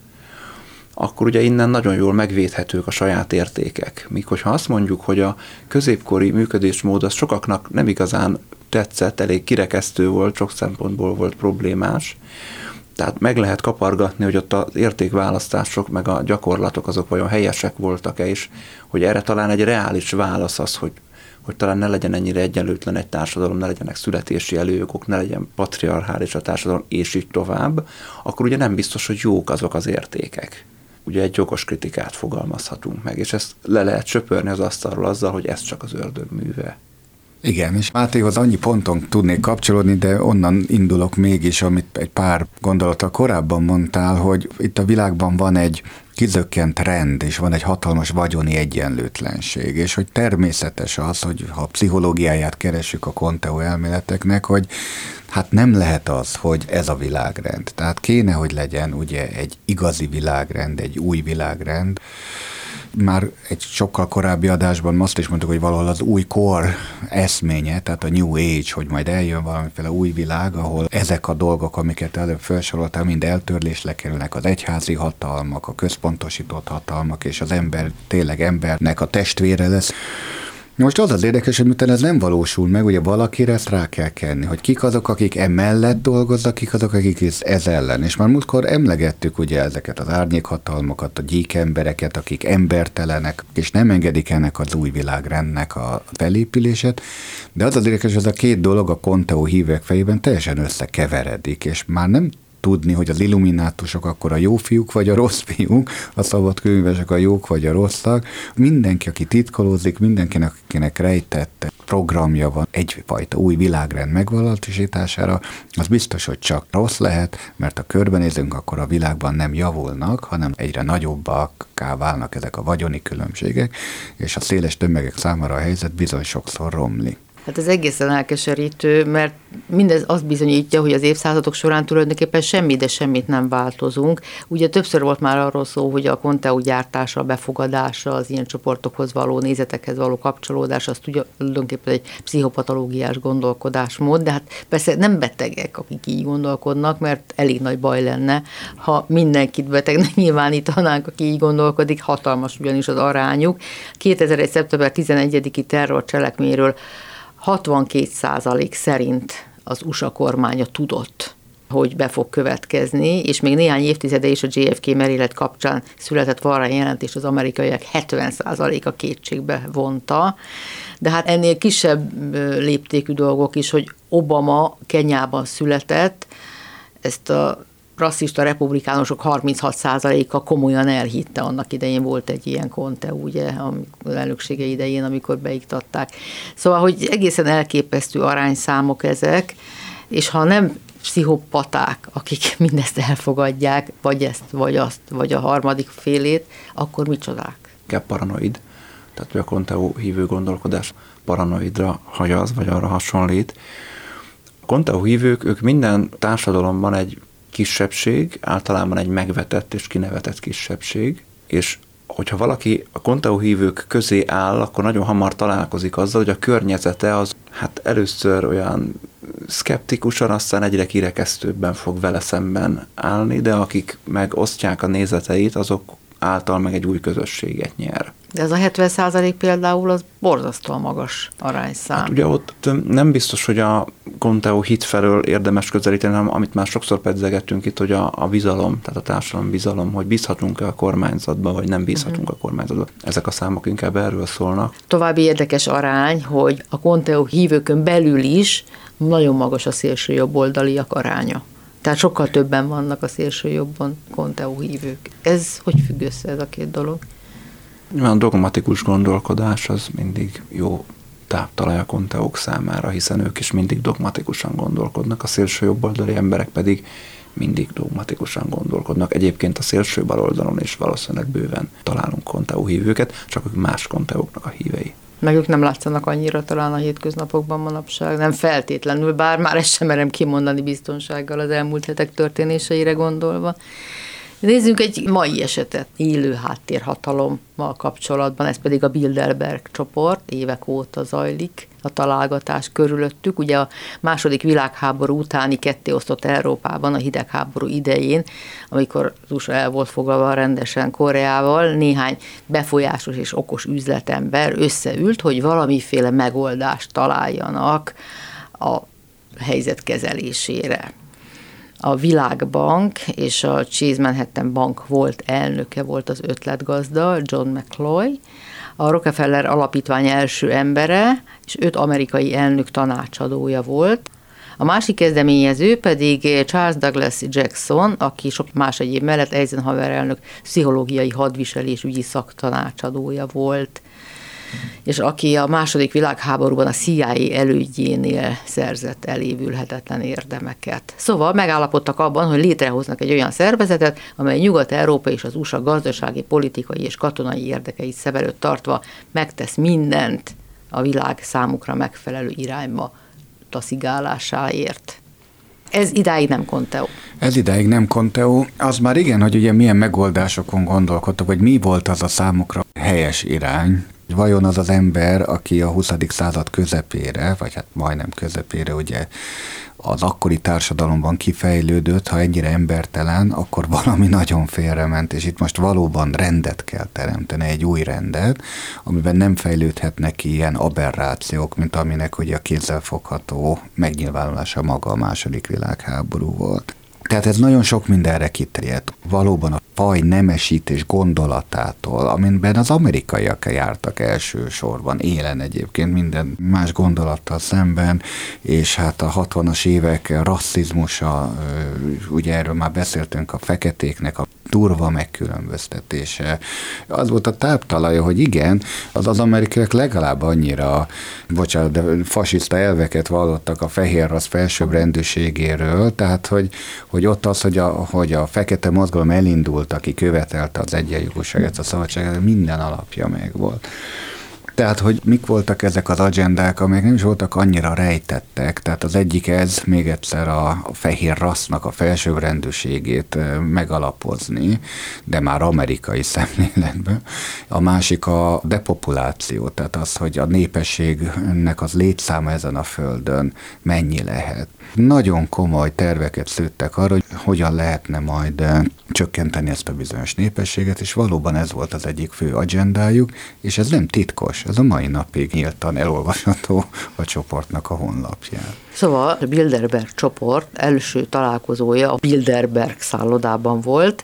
akkor ugye innen nagyon jól megvédhetők a saját értékek. Míg hogyha azt mondjuk, hogy a középkori működésmód az sokaknak nem igazán tetszett, elég kirekesztő volt, sok szempontból volt problémás, tehát meg lehet kapargatni, hogy ott az értékválasztások meg a gyakorlatok azok vajon helyesek voltak-e, és hogy erre talán egy reális válasz az, hogy talán ne legyen ennyire egyenlőtlen egy társadalom, ne legyenek születési előjogok, ne legyen patriarchális a társadalom, és így tovább, akkor ugye nem biztos, hogy jók azok az értékek. Ugye egy jogos kritikát fogalmazhatunk meg, és ezt le lehet söpörni az asztalról azzal, hogy ez csak az ördög műve. Igen, és Mátéhoz annyi ponton tudnék kapcsolódni, de onnan indulok mégis, amit egy pár gondolattal korábban mondtál, hogy itt a világban van egy kizökkent rend, és van egy hatalmas vagyoni egyenlőtlenség, és hogy természetes az, hogy ha a pszichológiáját keressük a konteó elméleteknek, hogy hát nem lehet az, hogy ez a világrend. Tehát kéne, hogy legyen ugye egy igazi világrend, egy új világrend. Már egy sokkal korábbi adásban azt is mondtuk, hogy valahol az új kor eszménye, tehát a New Age, hogy majd eljön valamiféle új világ, ahol ezek a dolgok, amiket előbb felsoroltál, mind eltörlésre kerülnek, az egyházi hatalmak, a központosított hatalmak, és az ember tényleg embernek a testvére lesz. Most az az érdekes, hogy miután ez nem valósul meg, ugye valakire ezt rá kell kenni, hogy kik azok, akik emellett dolgoznak, kik azok, akik ez ellen. És már múltkor emlegettük ugye ezeket az árnyékhatalmakat, a gyík embereket, akik embertelenek, és nem engedik ennek az új világrendnek a felépülését, de az az érdekes, hogy ez a két dolog a konteó hívők fejében teljesen összekeveredik, és már nem tudni, hogy az illuminátusok akkor a jó fiúk vagy a rossz fiúk, a szabadkönyvesek a jók vagy a rosszak. Mindenki, aki titkolózik, mindenkinek, akinek rejtett programja van egyfajta új világrend megvalósítására, az biztos, hogy csak rossz lehet, mert ha körbenézünk, akkor a világban nem javulnak, hanem egyre nagyobbakká válnak ezek a vagyoni különbségek, és a széles tömegek számára a helyzet bizony sokszor romlik. Hát ez egészen elkeserítő, mert mindez azt bizonyítja, hogy az évszázadok során tulajdonképpen semmit nem változunk. Ugye többször volt már arról szó, hogy a konteó gyártása, a befogadása, az ilyen csoportokhoz való, nézetekhez való kapcsolódás, az tulajdonképpen egy pszichopatológiás gondolkodásmód, de hát persze nem betegek, akik így gondolkodnak, mert elég nagy baj lenne, ha mindenkit betegnek nyilvánítanánk, aki így gondolkodik, hatalmas ugyanis az arányuk. 2001. szeptember 11-i terrorcselekményről 62% szerint az USA kormánya tudott, hogy be fog következni, és még néhány évtizede is a JFK merénylet kapcsán született valami jelentés, az amerikaiak 70%-a kétségbe vonta, de hát ennél kisebb léptékű dolgok is, hogy Obama Kenyában született, ezt a rasszista republikánusok 36%-a komolyan elhitte, annak idején volt egy ilyen konteó, ugye, az elnöksége idején, amikor beiktatták. Szóval, hogy egészen elképesztő arányszámok ezek, és ha nem pszichopaták, akik mindezt elfogadják, vagy ezt, vagy azt, vagy a harmadik félét, akkor micsodák? Paranoid, tehát a Conteo hívő gondolkodás paranoidra hajaz, vagy arra hasonlít. A Conteo hívők, ők minden társadalomban egy kisebbség, általában egy megvetett és kinevetett kisebbség, és hogyha valaki a Conteo hívők közé áll, akkor nagyon hamar találkozik azzal, hogy a környezete az először olyan szkeptikusan, aztán egyre kirekesztőbben fog vele szemben állni, de akik meg osztják a nézeteit, azok által meg egy új közösséget nyer. De ez a 70% például az borzasztóan magas arányszám. Hát ugye ott nem biztos, hogy a Conteo hit felől érdemes közelíteni, hanem amit már sokszor pedzegettünk itt, hogy a bizalom, tehát a társadalom bizalom, hogy bízhatunk-e a kormányzatba, vagy nem bízhatunk a kormányzatba. Ezek a számok inkább erről szólnak. További érdekes arány, hogy a Conteo hívőkön belül is nagyon magas a szélső jobboldaliak aránya. Tehát sokkal többen vannak a szélső jobban Conteo hívők. Ez hogy függ össze ez a két dolog? A dogmatikus gondolkodás az mindig jó táptalaj a Conteók számára, hiszen ők is mindig dogmatikusan gondolkodnak, a szélső jobboldali emberek pedig mindig dogmatikusan gondolkodnak. Egyébként a szélső baloldalon is valószínűleg bőven találunk Conteo hívőket, csak ők más Conteóknak a hívei. Meg ők nem látszanak annyira talán a hétköznapokban manapság, nem feltétlenül, bár már ezt sem merem kimondani biztonsággal az elmúlt hetek történéseire gondolva. Nézzünk egy mai esetet, élő háttérhatalommal kapcsolatban, ez pedig a Bilderberg csoport, évek óta zajlik a találgatás körülöttük. Ugye a II. Világháború utáni kettéosztott Európában, a hidegháború idején, amikor az USA el volt foglalva rendesen Koreával, néhány befolyásos és okos üzletember összeült, hogy valamiféle megoldást találjanak a helyzet kezelésére. A Világbank és a Chase Manhattan Bank volt elnöke, volt az ötletgazda, John McCloy, a Rockefeller alapítvány első embere, és 5 amerikai elnök tanácsadója volt. A másik kezdeményező pedig Charles Douglas Jackson, aki sok más egyéb mellett Eisenhower elnök pszichológiai hadviselésügyi szaktanácsadója volt, és aki a II. Világháborúban a CIA elődjénél szerzett elévülhetetlen érdemeket. Szóval megállapodtak abban, hogy létrehoznak egy olyan szervezetet, amely Nyugat-Európa és az USA gazdasági, politikai és katonai érdekeit szem előtt tartva megtesz mindent a világ számukra megfelelő irányba taszigálásáért. Ez idáig nem Conteo. Ez idáig nem Conteo. Az már igen, hogy ugye milyen megoldásokon gondolkodtak, vagy mi volt az a számukra helyes irány. Vajon az az ember, aki a 20. század közepére, vagy hát majdnem közepére ugye az akkori társadalomban kifejlődött, ha ennyire embertelen, akkor valami nagyon félrement, és itt most valóban rendet kell teremteni, egy új rendet, amiben nem fejlődhetnek ki ilyen aberrációk, mint aminek ugye a kézzelfogható megnyilvánulása maga a II. Világháború volt. Tehát ez nagyon sok mindenre kiterjedt. Valóban a faj nemesítés gondolatától, amiben az amerikaiak jártak elsősorban, élen egyébként minden más gondolattal szemben, és hát a 60-as évek rasszizmusa, ugye erről már beszéltünk, a feketéknek a durva megkülönböztetése. Az volt a táptalaja, hogy igen, az amerikaiak legalább annyira, bocsánat, de fasiszta elveket vallottak a fehér rassz felsőbbrendűségéről, tehát hogy ott az, hogy a fekete mozgalom elindult, aki követelte az egyenjogúságot, a szabadságot, minden alapja meg volt. Tehát, hogy mik voltak ezek az agendák, amelyek nem is voltak annyira rejtettek. Tehát az egyik ez, még egyszer a fehér rassznak a felsőbbrendűségét megalapozni, de már amerikai szemléletben. A másik a depopuláció, tehát az, hogy a népességnek az létszáma ezen a földön mennyi lehet. Nagyon komoly terveket szőttek arra, hogy hogyan lehetne majd csökkenteni ezt a bizonyos népességet, és valóban ez volt az egyik fő agendájuk, és ez nem titkos, ez a mai napig nyíltan elolvasható a csoportnak a honlapján. Szóval a Bilderberg csoport első találkozója a Bilderberg szállodában volt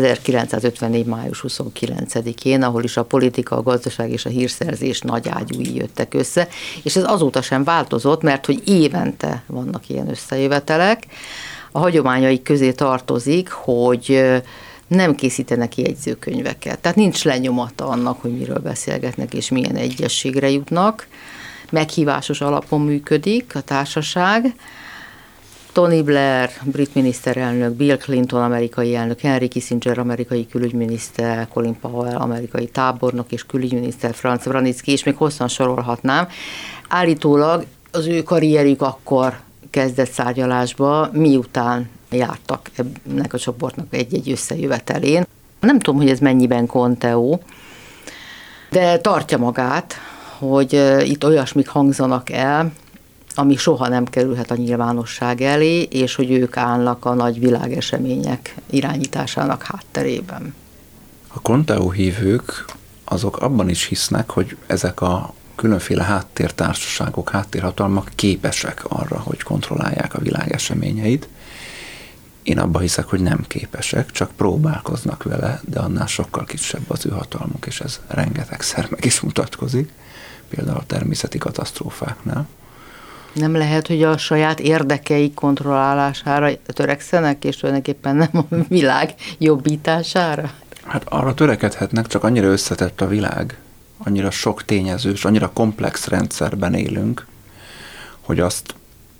1954. május 29-én, ahol is a politika, a gazdaság és a hírszerzés nagyágyúi jöttek össze, és ez azóta sem változott, mert hogy évente vannak ilyen összejövetelek. A hagyományaik közé tartozik, hogy nem készítenek jegyzőkönyveket, tehát nincs lenyomata annak, hogy miről beszélgetnek és milyen egyességre jutnak. Meghívásos alapon működik a társaság, Tony Blair, brit miniszterelnök, Bill Clinton, amerikai elnök, Henry Kissinger, amerikai külügyminiszter, Colin Powell, amerikai tábornok és külügyminiszter, Franz Vranitzky, és még hosszan sorolhatnám. Állítólag az ő karrierjük akkor kezdett szárnyalásba, miután jártak ennek a csoportnak egy-egy összejövetelén. Nem tudom, hogy ez mennyiben konteó, de tartja magát, hogy itt olyasmik hangzanak el, ami soha nem kerülhet a nyilvánosság elé, és hogy ők állnak a nagy világesemények irányításának hátterében. A Conteo hívők azok abban is hisznek, hogy ezek a különféle háttértársaságok, háttérhatalmak képesek arra, hogy kontrollálják a világ eseményeit. Én abban hiszek, hogy nem képesek, csak próbálkoznak vele, de annál sokkal kisebb az ő hatalmuk, és ez rengetegszer meg is mutatkozik, például a természeti katasztrófáknál. Nem lehet, hogy a saját érdekeik kontrollálására törekszenek, és tulajdonképpen nem a világ jobbítására? Hát arra törekedhetnek, csak annyira összetett a világ, annyira sok tényezős, annyira komplex rendszerben élünk, hogy azt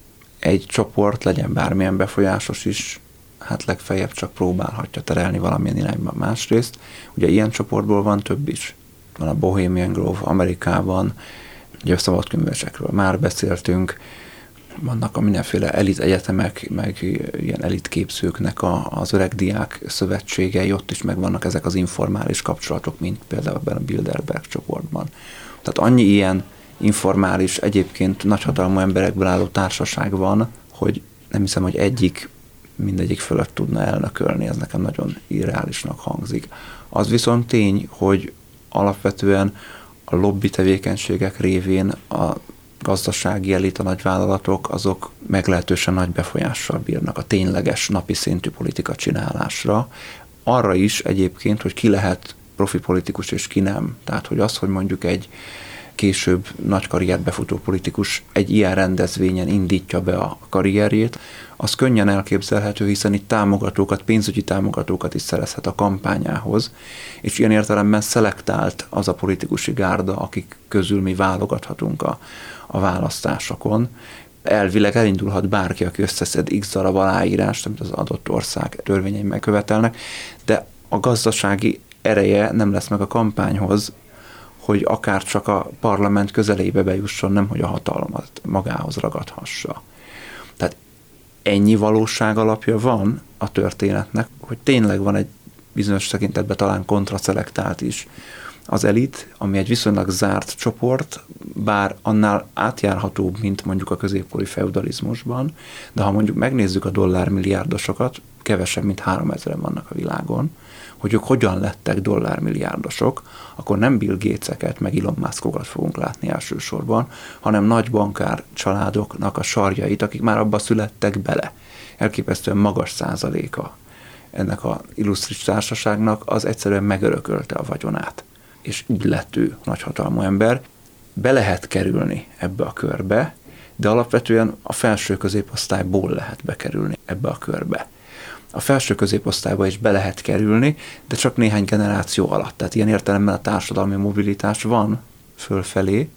egy csoport, legyen bármilyen befolyásos is, hát legfeljebb csak próbálhatja terelni valamilyen irányban. Másrészt, ugye ilyen csoportból van több is. Van a Bohemian Grove Amerikában, ugye a szabadkönyvesekről már beszéltünk, vannak a mindenféle elit egyetemek, meg ilyen elitképzőknek az öreg diák szövetségei, ott is megvannak ezek az informális kapcsolatok, mint például ebben a Bilderberg csoportban. Tehát annyi ilyen informális, egyébként nagyhatalmú emberekből álló társaság van, hogy nem hiszem, hogy mindegyik fölött tudna elnökölni, ez nekem nagyon irreálisnak hangzik. Az viszont tény, hogy alapvetően a lobby tevékenységek révén a gazdasági elit, a nagyvállalatok, azok meglehetősen nagy befolyással bírnak a tényleges napi szintű politika csinálásra. Arra is egyébként, hogy ki lehet profi politikus és ki nem. Tehát, hogy az, hogy mondjuk egy később nagy karriert befutó politikus egy ilyen rendezvényen indítja be a karrierjét, az könnyen elképzelhető, hiszen itt támogatókat, pénzügyi támogatókat is szerezhet a kampányához, és ilyen értelemben szelektált az a politikusi gárda, akik közül mi válogathatunk a választásokon. Elvileg elindulhat bárki, aki összeszed x darab aláírást, amit az adott ország törvényei megkövetelnek, de a gazdasági ereje nem lesz meg a kampányhoz, hogy akár csak a parlament közelébe bejusson, nem hogy a hatalmat magához ragadhassa. Tehát ennyi valóság alapja van a történetnek, hogy tényleg van egy bizonyos tekintetben talán kontraszelektált is az elit, ami egy viszonylag zárt csoport, bár annál átjárhatóbb, mint mondjuk a középkori feudalizmusban, de ha mondjuk megnézzük a dollármilliárdosokat, kevesebb, mint 3000-en vannak a világon, hogy ők hogyan lettek dollármilliárdosok, akkor nem Bill Gateseket, meg Elon Muskokat fogunk látni elsősorban, hanem nagy bankár családoknak a sarjait, akik már abba születtek bele. Elképesztően magas százaléka ennek az illusztris társaságnak az egyszerűen megörökölte a vagyonát. És így lett ő nagyhatalmú ember. Be lehet kerülni ebbe a körbe, de alapvetően a felső középosztályból lehet bekerülni ebbe a körbe. A felső középosztályba is be lehet kerülni, de csak néhány generáció alatt. Tehát ilyen értelemben a társadalmi mobilitás van fölfelé,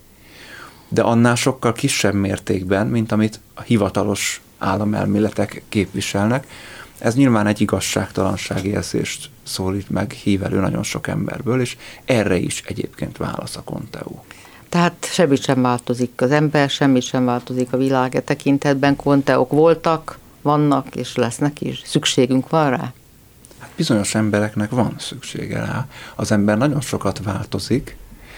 de annál sokkal kisebb mértékben, mint amit a hivatalos államelméletek képviselnek. Ez nyilván egy igazságtalanságérzést szólít meg, hív elő nagyon sok emberből, és erre is egyébként válasz a Conteo. Tehát semmit sem változik az ember, semmit sem változik a világ e tekintetben. Conteók voltak, vannak és lesznek is. Szükségünk van rá? Hát bizonyos embereknek van szüksége rá. Az ember nagyon sokat változik,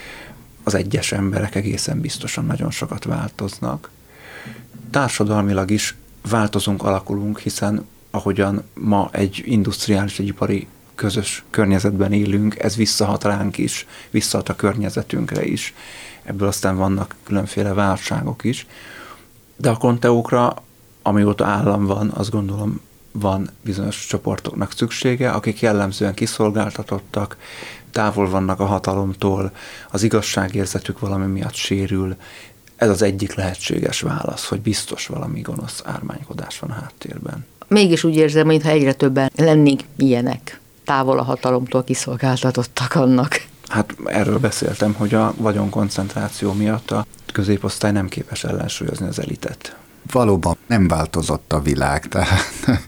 az egyes emberek egészen biztosan nagyon sokat változnak. Társadalmilag is változunk, alakulunk, hiszen ahogyan ma egy industriális, egy ipari közös környezetben élünk, ez visszahat ránk is, visszahat a környezetünkre is. Ebből aztán vannak különféle válságok is. De a Conteókra, amióta állam van, azt gondolom, van bizonyos csoportoknak szüksége, akik jellemzően kiszolgáltatottak, távol vannak a hatalomtól, az igazságérzetük valami miatt sérül. Ez az egyik lehetséges válasz, hogy biztos valami gonosz ármánykodás van a háttérben. Mégis úgy érzem, mintha egyre többen lennénk ilyenek, távol a hatalomtól kiszolgáltatottak annak. Hát erről beszéltem, hogy a vagyonkoncentráció miatt a középosztály nem képes ellensúlyozni az elitet. valóban nem változott a világ, tehát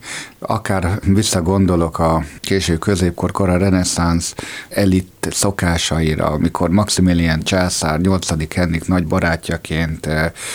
akár visszagondolok a késő középkor, kora reneszánsz elit szokásaira, amikor Maximilian császár 8. Henrik nagy barátjaként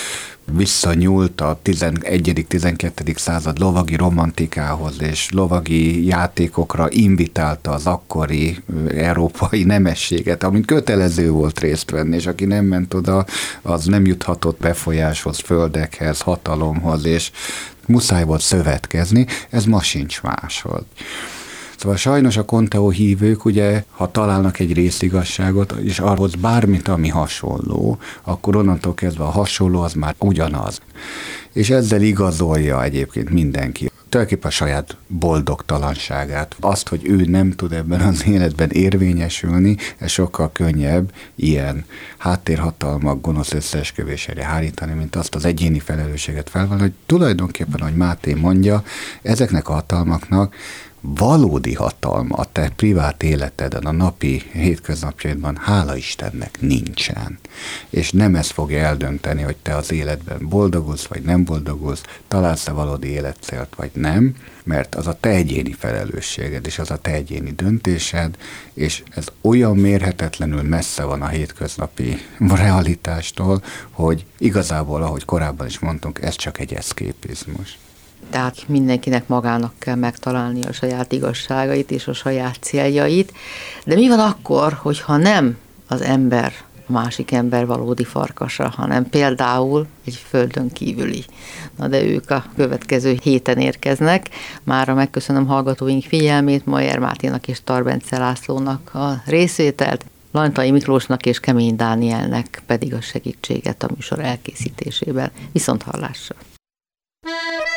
visszanyúlt a 11.-12. század lovagi romantikához, és lovagi játékokra invitálta az akkori európai nemességet, amint kötelező volt részt venni, és aki nem ment oda, az nem juthatott befolyáshoz, földekhez, hatalomhoz, és muszáj volt szövetkezni, ez ma sincs máshogy. Szóval sajnos a Conteo hívők, ugye, ha találnak egy részigazságot, és arhoz bármit, ami hasonló, akkor onnantól kezdve a hasonló az már ugyanaz. És ezzel igazolja egyébként mindenki. Tulajdonképpen a saját boldogtalanságát. Azt, hogy ő nem tud ebben az életben érvényesülni, ez sokkal könnyebb ilyen háttérhatalmak gonosz összeesküvésére hárítani, mint azt az egyéni felelősséget felvállalni, hogy tulajdonképpen, ahogy Máté mondja, ezeknek a hatalmaknak valódi hatalma a te privát életeden, a napi hétköznapjaidban, hála Istennek, nincsen. És nem ez fogja eldönteni, hogy te az életben boldogulsz, vagy nem boldogulsz, találsz-e valódi életcélt, vagy nem, mert az a te egyéni felelősséged, és az a te egyéni döntésed, és ez olyan mérhetetlenül messze van a hétköznapi realitástól, hogy igazából, ahogy korábban is mondtunk, ez csak egy eszképizmus. Tehát mindenkinek magának kell megtalálni a saját igazságait és a saját céljait. De mi van akkor, hogyha nem az ember, a másik ember valódi farkasa, hanem például egy földön kívüli. Na de ők a következő héten érkeznek. Mára megköszönöm hallgatóink figyelmét, Majer Máténak és Tarbence Lászlónak a részvételt, Lantai Miklósnak és Kemény Dánielnek pedig a segítséget a műsor elkészítésében. Viszonthallásra!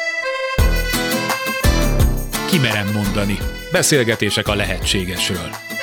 Kimerem mondani. Beszélgetések a lehetségesről.